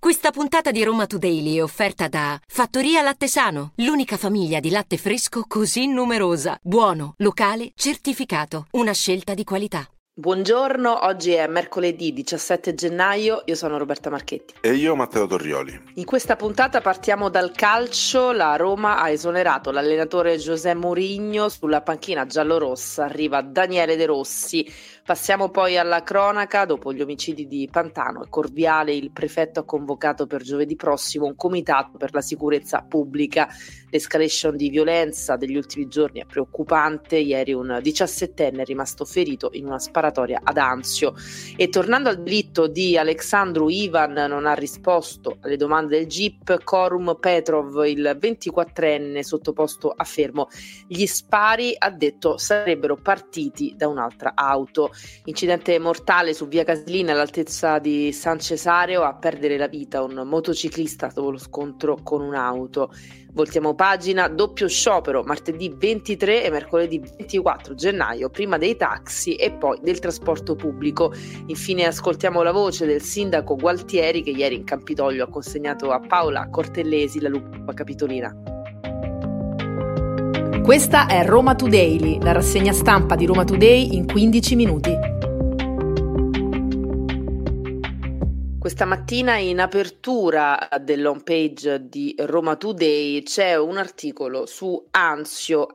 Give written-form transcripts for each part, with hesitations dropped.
Questa puntata di Roma Today è offerta da Fattoria Latte Sano, l'unica famiglia di latte fresco così numerosa. Buono, locale, certificato. Una scelta di qualità. Buongiorno, oggi è mercoledì 17 gennaio, io sono Roberta Marchetti. E io Matteo Torrioli. In questa puntata partiamo dal calcio. La Roma ha esonerato l'allenatore José Mourinho, sulla panchina giallorossa arriva Daniele De Rossi. Passiamo poi alla cronaca. Dopo gli omicidi di Pantano e Corviale, il prefetto ha convocato per giovedì prossimo un comitato per la sicurezza pubblica. L'escalation di violenza degli ultimi giorni è preoccupante. Ieri un 17enne è rimasto ferito in una sparatoria ad Anzio. E tornando al delitto di Alexandru Ivan, non ha risposto alle domande del GIP. Corum Petrov, il 24enne sottoposto a fermo. Gli spari, ha detto, sarebbero partiti da un'altra auto. Incidente mortale su via Casilina all'altezza di San Cesareo, a perdere la vita un motociclista dopo lo scontro con un'auto. Voltiamo pagina, doppio sciopero martedì 23 e mercoledì 24 gennaio, prima dei taxi e poi del trasporto pubblico. Infine ascoltiamo la voce del sindaco Gualtieri, che ieri in Campidoglio ha consegnato a Paola Cortellesi la lupa capitolina. Questa è Roma Today, la rassegna stampa di Roma Today in 15 minuti. Questa mattina in apertura dell'home page di Roma Today c'è un articolo su Anzio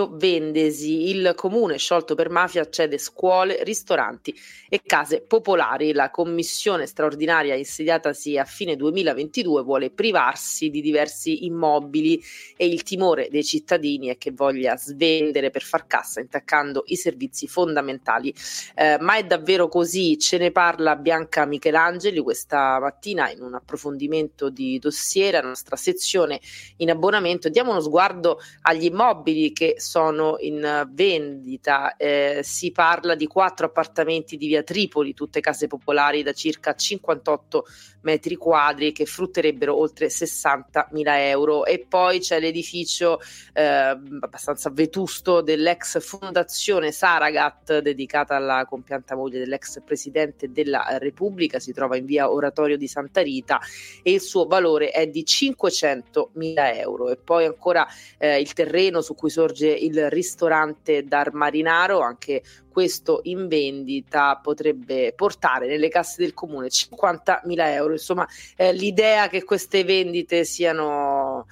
Vendesi, il comune sciolto per mafia cede scuole, ristoranti e case popolari. La commissione straordinaria insediatasi a fine 2022 vuole privarsi di diversi immobili e il timore dei cittadini è che voglia svendere per far cassa intaccando i servizi fondamentali. Ma è davvero così? Ce ne parla Bianca Michelangeli questa mattina in un approfondimento di dossier, la nostra sezione in abbonamento. Diamo uno sguardo agli immobili che sono in vendita. Si parla di 4 appartamenti di via Tripoli, tutte case popolari da circa 58 metri quadri che frutterebbero oltre 60.000 euro. E poi c'è l'edificio abbastanza vetusto dell'ex fondazione Saragat, dedicata alla compianta moglie dell'ex presidente della Repubblica. Si trova in via Oratorio di Santa Rita e il suo valore è di 500.000 euro. E poi ancora il terreno su cui sorge il ristorante Dar Marinaro, anche questo in vendita, potrebbe portare nelle casse del comune 50.000 euro. Insomma, l'idea che queste vendite siano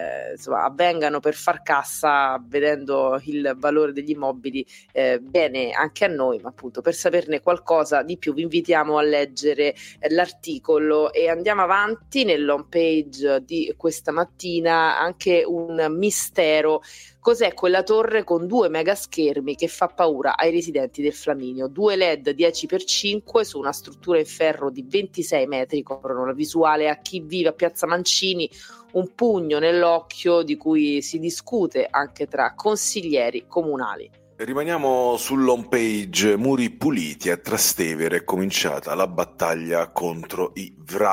avvengano per far cassa, vedendo il valore degli immobili, viene anche a noi, ma appunto per saperne qualcosa di più vi invitiamo a leggere l'articolo. E andiamo avanti nell'home page di questa mattina, anche un mistero. Cos'è quella torre con 2 megaschermi che fa paura ai residenti del Flaminio? 2 LED 10x5 su una struttura in ferro di 26 metri coprono la visuale a chi vive a Piazza Mancini, un pugno nell'occhio di cui si discute anche tra consiglieri comunali. Rimaniamo sull'home page. Muri puliti a Trastevere, è cominciata la battaglia contro i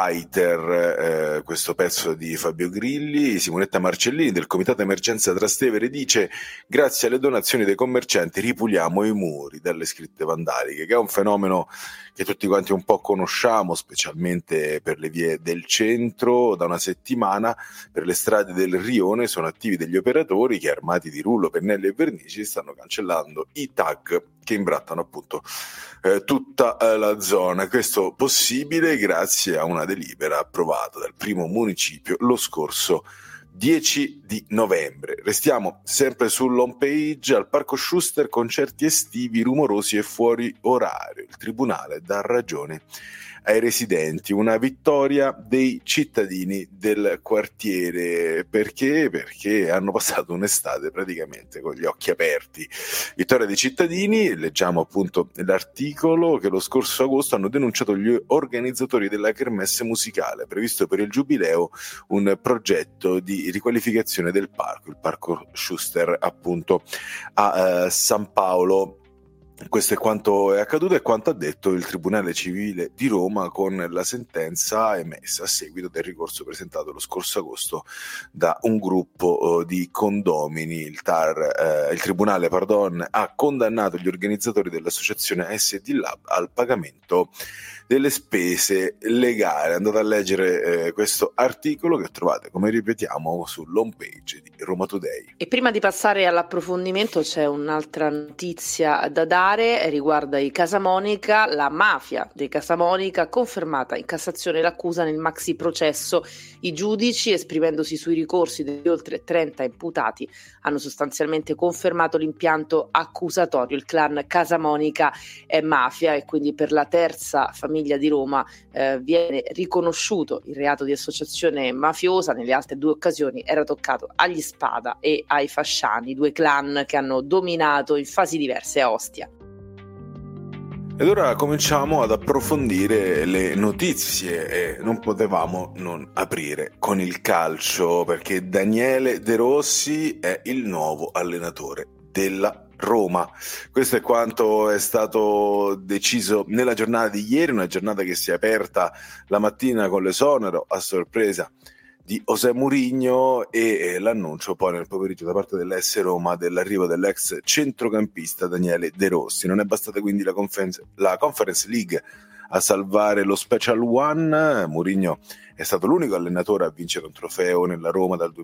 Writer. Questo pezzo di Fabio Grilli. Simonetta Marcellini del Comitato Emergenza Trastevere dice: grazie alle donazioni dei commercianti ripuliamo i muri dalle scritte vandaliche, che è un fenomeno che tutti quanti un po' conosciamo, specialmente per le vie del centro. Da una settimana per le strade del Rione sono attivi degli operatori che, armati di rullo, pennelli e vernici, stanno cancellando i tag che imbrattano appunto tutta la zona. Questo possibile grazie a una delibera approvata dal primo municipio lo scorso 10 di novembre. Restiamo sempre sull'home page. Al Parco Schuster concerti estivi rumorosi e fuori orario. Il tribunale dà ragione ai residenti. Una vittoria dei cittadini del quartiere. Perché? Perché hanno passato un'estate praticamente con gli occhi aperti. Vittoria dei cittadini, leggiamo appunto l'articolo, che lo scorso agosto hanno denunciato gli organizzatori della kermesse musicale previsto per il giubileo, un progetto di riqualificazione del parco, il Parco Schuster appunto a San Paolo. Questo è quanto è accaduto e quanto ha detto il Tribunale Civile di Roma con la sentenza emessa a seguito del ricorso presentato lo scorso agosto da un gruppo di condomini. Il Tribunale ha condannato gli organizzatori dell'associazione SD Lab al pagamento delle spese legali. Andate a leggere questo articolo che trovate, come ripetiamo, sull'home page di Roma Today. E prima di passare all'approfondimento c'è un'altra notizia da dare, riguarda i Casamonica, la mafia dei Casamonica, confermata in Cassazione l'accusa nel maxi processo. I giudici, esprimendosi sui ricorsi degli oltre 30 imputati, hanno sostanzialmente confermato l'impianto accusatorio. Il clan Casamonica è mafia e quindi per la terza famiglia di Roma viene riconosciuto il reato di associazione mafiosa. Nelle altre due occasioni era toccato agli Spada e ai Fasciani, due clan che hanno dominato in fasi diverse a Ostia. Ed ora cominciamo ad approfondire le notizie e non potevamo non aprire con il calcio, perché Daniele De Rossi è il nuovo allenatore della Roma. Questo è quanto è stato deciso nella giornata di ieri, una giornata che si è aperta la mattina con l'esonero a sorpresa di José Mourinho e l'annuncio poi nel pomeriggio da parte dell'AS Roma dell'arrivo dell'ex centrocampista Daniele De Rossi. Non è bastata quindi la Conference League a salvare lo Special One. Mourinho è stato l'unico allenatore a vincere un trofeo nella Roma dal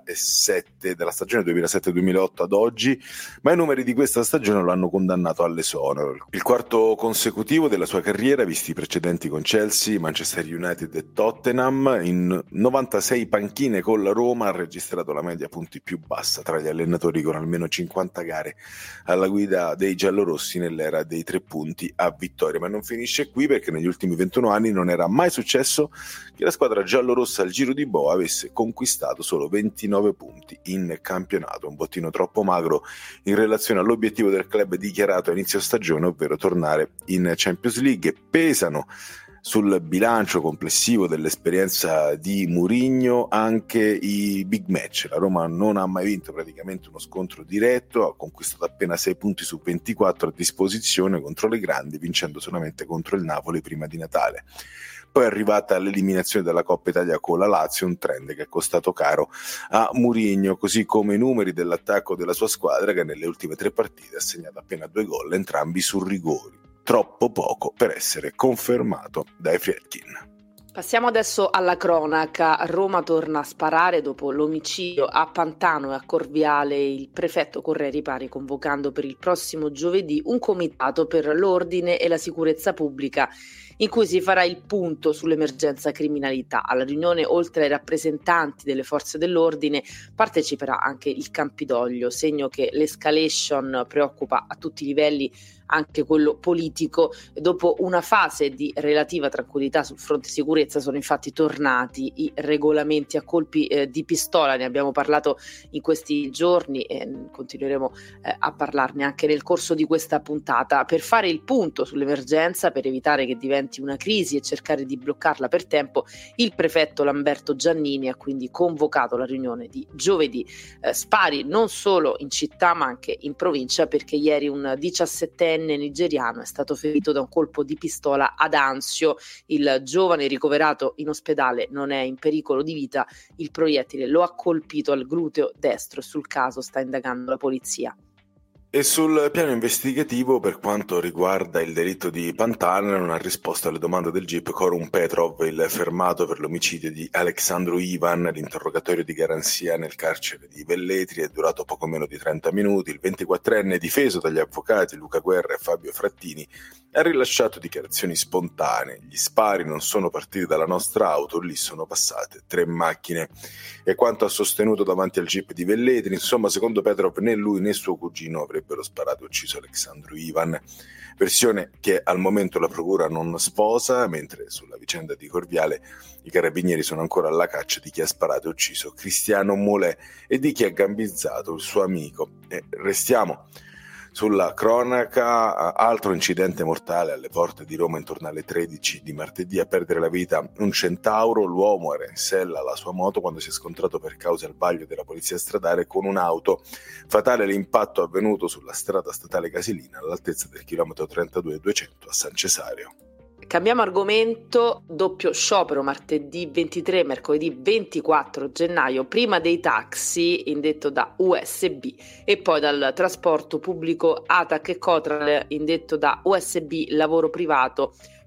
2007, dalla stagione 2007-2008 ad oggi, ma i numeri di questa stagione lo hanno condannato all'esonero. Il quarto consecutivo della sua carriera, visti i precedenti con Chelsea, Manchester United e Tottenham. In 96 panchine con la Roma ha registrato la media punti più bassa tra gli allenatori, con almeno 50 gare alla guida dei giallorossi nell'era dei 3 punti a vittoria. Ma non finisce qui, perché negli ultimi 21 anni non era mai successo che la squadra giallorossa al Giro di Boa avesse conquistato solo 29 punti in campionato, un bottino troppo magro in relazione all'obiettivo del club dichiarato a inizio stagione, ovvero tornare in Champions League. Pesano sul bilancio complessivo dell'esperienza di Mourinho anche i big match. La Roma non ha mai vinto praticamente uno scontro diretto, ha conquistato appena 6 punti su 24 a disposizione contro le grandi, vincendo solamente contro il Napoli prima di Natale. Poi è arrivata l'eliminazione dalla Coppa Italia con la Lazio, un trend che è costato caro a Mourinho, così come i numeri dell'attacco della sua squadra, che nelle ultime 3 partite ha segnato appena 2 gol, entrambi su rigori. Troppo poco per essere confermato dai Friedkin. Passiamo adesso alla cronaca. Roma torna a sparare dopo l'omicidio a Pantano e a Corviale. Il prefetto corre ai ripari, convocando per il prossimo giovedì un comitato per l'ordine e la sicurezza pubblica, in cui si farà il punto sull'emergenza criminalità. Alla riunione, oltre ai rappresentanti delle forze dell'ordine, parteciperà anche il Campidoglio, segno che l'escalation preoccupa a tutti i livelli, anche quello politico. Dopo una fase di relativa tranquillità sul fronte sicurezza sono infatti tornati i regolamenti a colpi di pistola. Ne abbiamo parlato in questi giorni e continueremo a parlarne anche nel corso di questa puntata. Per fare il punto sull'emergenza, per evitare che diventi una crisi e cercare di bloccarla per tempo, il prefetto Lamberto Giannini ha quindi convocato la riunione di giovedì. Spari non solo in città ma anche in provincia, perché ieri un 17enne nigeriano è stato ferito da un colpo di pistola ad Anzio. Il giovane ricoverato in ospedale non è in pericolo di vita, il proiettile lo ha colpito al gluteo destro e sul caso sta indagando la polizia. E sul piano investigativo, per quanto riguarda il delitto di Pantano, non ha risposto alle domande del GIP Korun Petrov, il fermato per l'omicidio di Alexandru Ivan. L'interrogatorio di garanzia nel carcere di Velletri è durato poco meno di 30 minuti. Il 24enne, difeso dagli avvocati Luca Guerra e Fabio Frattini, ha rilasciato dichiarazioni spontanee. Gli spari non sono partiti dalla nostra auto, lì sono passate 3 macchine. E quanto ha sostenuto davanti al GIP di Velletri, insomma, secondo Petrov né lui né suo cugino avrebbero sparato e ucciso Alexandru Ivan, versione che al momento la procura non sposa, mentre sulla vicenda di Corviale i carabinieri sono ancora alla caccia di chi ha sparato e ucciso Cristiano Molè e di chi ha gambizzato il suo amico. E restiamo sulla cronaca. Altro incidente mortale alle porte di Roma intorno alle 13 di martedì. A perdere la vita un centauro. L'uomo era in sella alla sua moto quando si è scontrato per cause al vaglio della polizia stradale con un'auto. Fatale l'impatto avvenuto sulla strada statale Casilina all'altezza del chilometro 32,200 a San Cesario. Cambiamo argomento, doppio sciopero martedì 23, mercoledì 24 gennaio, prima dei taxi indetto da USB e poi dal trasporto pubblico ATAC e Cotral indetto da USB lavoro privato,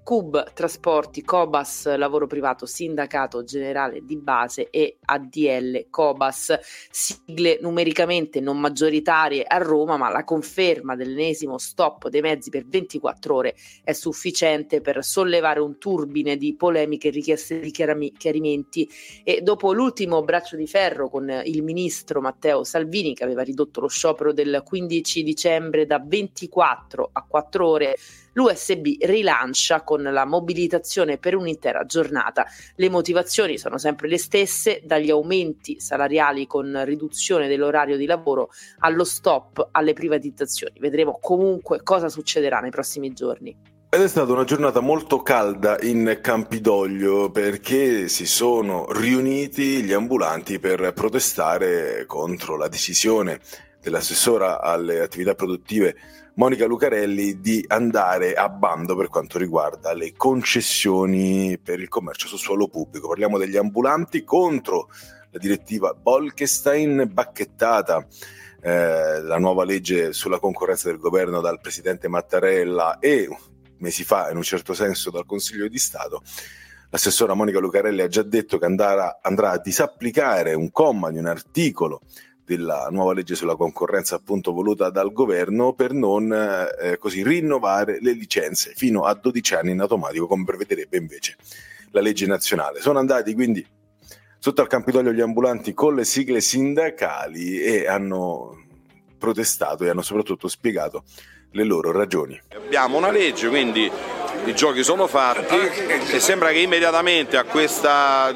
CUB Trasporti, Cobas Lavoro Privato, Sindacato Generale di Base e ADL Cobas, sigle numericamente non maggioritarie a Roma, ma la conferma dell'ennesimo stop dei mezzi per 24 ore è sufficiente per sollevare un turbine di polemiche e richieste di chiarimenti. E dopo l'ultimo braccio di ferro con il ministro Matteo Salvini, che aveva ridotto lo sciopero del 15 dicembre da 24 a 4 ore, l'USB rilancia con la mobilitazione per un'intera giornata. Le motivazioni sono sempre le stesse, dagli aumenti salariali con riduzione dell'orario di lavoro allo stop alle privatizzazioni. Vedremo comunque cosa succederà nei prossimi giorni. Ed è stata una giornata molto calda in Campidoglio, perché si sono riuniti gli ambulanti per protestare contro la decisione dell'assessora alle attività produttive Monica Lucarelli di andare a bando per quanto riguarda le concessioni per il commercio su suolo pubblico. Parliamo degli ambulanti contro la direttiva Bolkestein, bacchettata la nuova legge sulla concorrenza del governo dal presidente Mattarella e mesi fa in un certo senso dal Consiglio di Stato. L'assessora Monica Lucarelli ha già detto che andrà a disapplicare un comma di un articolo della nuova legge sulla concorrenza appunto voluta dal governo per non così rinnovare le licenze fino a 12 anni in automatico, come prevederebbe invece la legge nazionale. Sono andati quindi sotto al Campidoglio gli ambulanti con le sigle sindacali e hanno protestato e hanno soprattutto spiegato le loro ragioni. Abbiamo una legge, quindi i giochi sono fatti e sembra che immediatamente a questa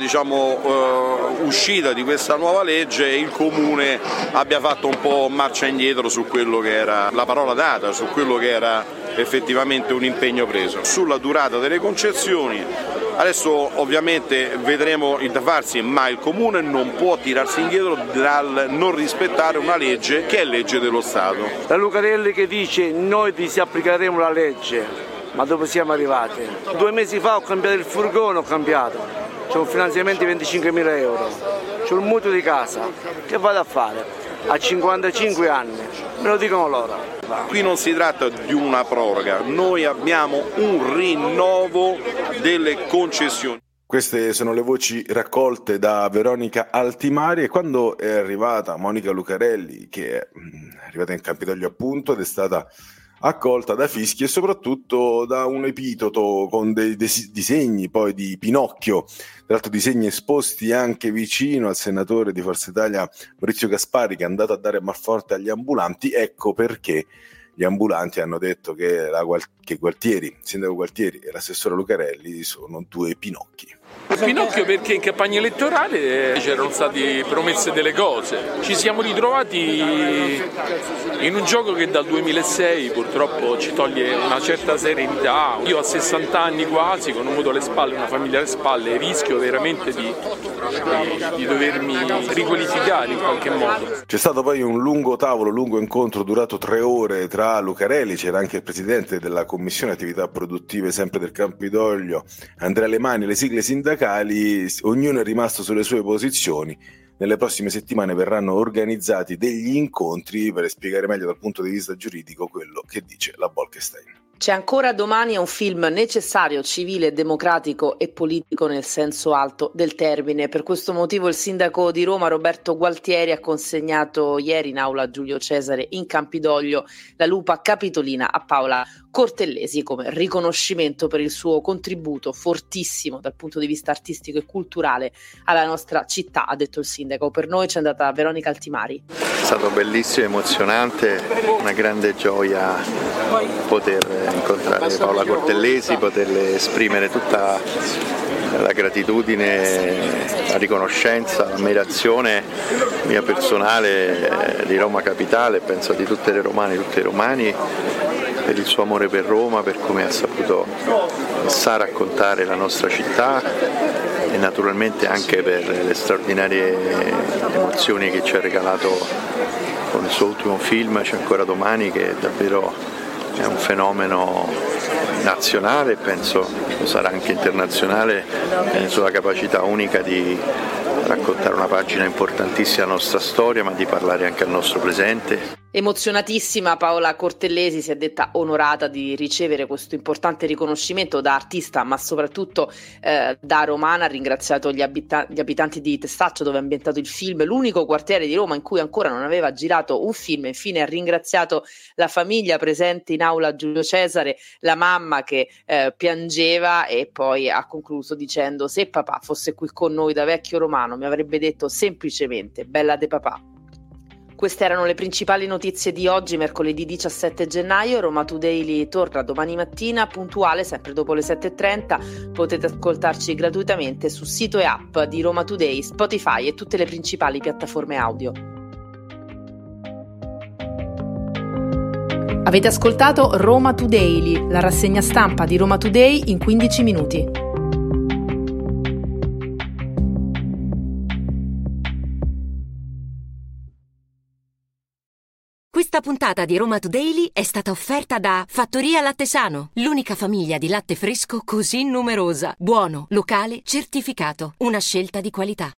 uscita di questa nuova legge il Comune abbia fatto un po' marcia indietro su quello che era la parola data, su quello che era effettivamente un impegno preso. Sulla durata delle concessioni adesso ovviamente vedremo il da farsi, ma il Comune non può tirarsi indietro dal non rispettare una legge che è legge dello Stato. La Lucarelli che dice noi disapplicheremo la legge, ma dove siamo arrivati? 2 mesi fa ho cambiato il furgone, c'è un finanziamento di 25.000 euro, c'è un mutuo di casa, che vado a fare? A 55 anni, me lo dicono loro. Qui non si tratta di una proroga, noi abbiamo un rinnovo delle concessioni. Queste sono le voci raccolte da Veronica Altimari, e quando è arrivata Monica Lucarelli, che è arrivata in Campidoglio appunto ed è stata accolta da fischi e soprattutto da un epiteto con dei disegni poi di Pinocchio, tra l'altro disegni esposti anche vicino al senatore di Forza Italia Maurizio Gasparri, che è andato a dare manforte agli ambulanti. Ecco perché gli ambulanti hanno detto che Gualtieri, il sindaco Gualtieri e l'assessore Lucarelli sono 2 Pinocchi. Pinocchio perché in campagna elettorale c'erano state promesse delle cose, ci siamo ritrovati in un gioco che dal 2006 purtroppo ci toglie una certa serenità. Io a 60 anni quasi, con un mutuo alle spalle, una famiglia alle spalle, rischio veramente di dovermi riqualificare in qualche modo. C'è stato poi un lungo incontro durato 3 ore tra Lucarelli, c'era anche il presidente della commissione attività produttive sempre del Campidoglio, Andrea Lemani, le sigle sindacali, ognuno è rimasto sulle sue posizioni. Nelle prossime settimane verranno organizzati degli incontri per spiegare meglio dal punto di vista giuridico quello che dice la Bolkestein. C'è ancora domani, è un film necessario, civile, democratico e politico nel senso alto del termine. Per questo motivo il sindaco di Roma Roberto Gualtieri ha consegnato ieri in aula Giulio Cesare in Campidoglio la lupa capitolina a Paola Cortellesi come riconoscimento per il suo contributo fortissimo dal punto di vista artistico e culturale alla nostra città, ha detto il sindaco. Per noi c'è andata Veronica Altimari. È stato bellissimo, emozionante, una grande gioia poter incontrare Paola Cortellesi, poterle esprimere tutta la gratitudine, la riconoscenza, l'ammirazione mia personale di Roma Capitale, penso di tutte le romane e tutti i romani, per il suo amore per Roma, per come ha saputo sa raccontare la nostra città e naturalmente anche per le straordinarie emozioni che ci ha regalato con il suo ultimo film C'è ancora domani, che davvero è un fenomeno nazionale e penso lo sarà anche internazionale nella sua capacità unica di raccontare una pagina importantissima della nostra storia, ma di parlare anche al nostro presente. Emozionatissima Paola Cortellesi, si è detta onorata di ricevere questo importante riconoscimento da artista, ma soprattutto da romana. Ha ringraziato gli abitanti di Testaccio, dove è ambientato il film, l'unico quartiere di Roma in cui ancora non aveva girato un film. Infine ha ringraziato la famiglia presente in aula Giulio Cesare, la mamma che piangeva, e poi ha concluso dicendo: se papà fosse qui con noi da vecchio romano mi avrebbe detto semplicemente bella de papà. Queste erano le principali notizie di oggi, mercoledì 17 gennaio. Roma Today torna domani mattina puntuale, sempre dopo le 7:30. Potete ascoltarci gratuitamente su sito e app di Roma Today, Spotify e tutte le principali piattaforme audio. Avete ascoltato Roma Today, la rassegna stampa di Roma Today in 15 minuti. Questa puntata di Roma Today è stata offerta da Fattoria Lattesano, l'unica famiglia di latte fresco così numerosa. Buono, locale, certificato. Una scelta di qualità.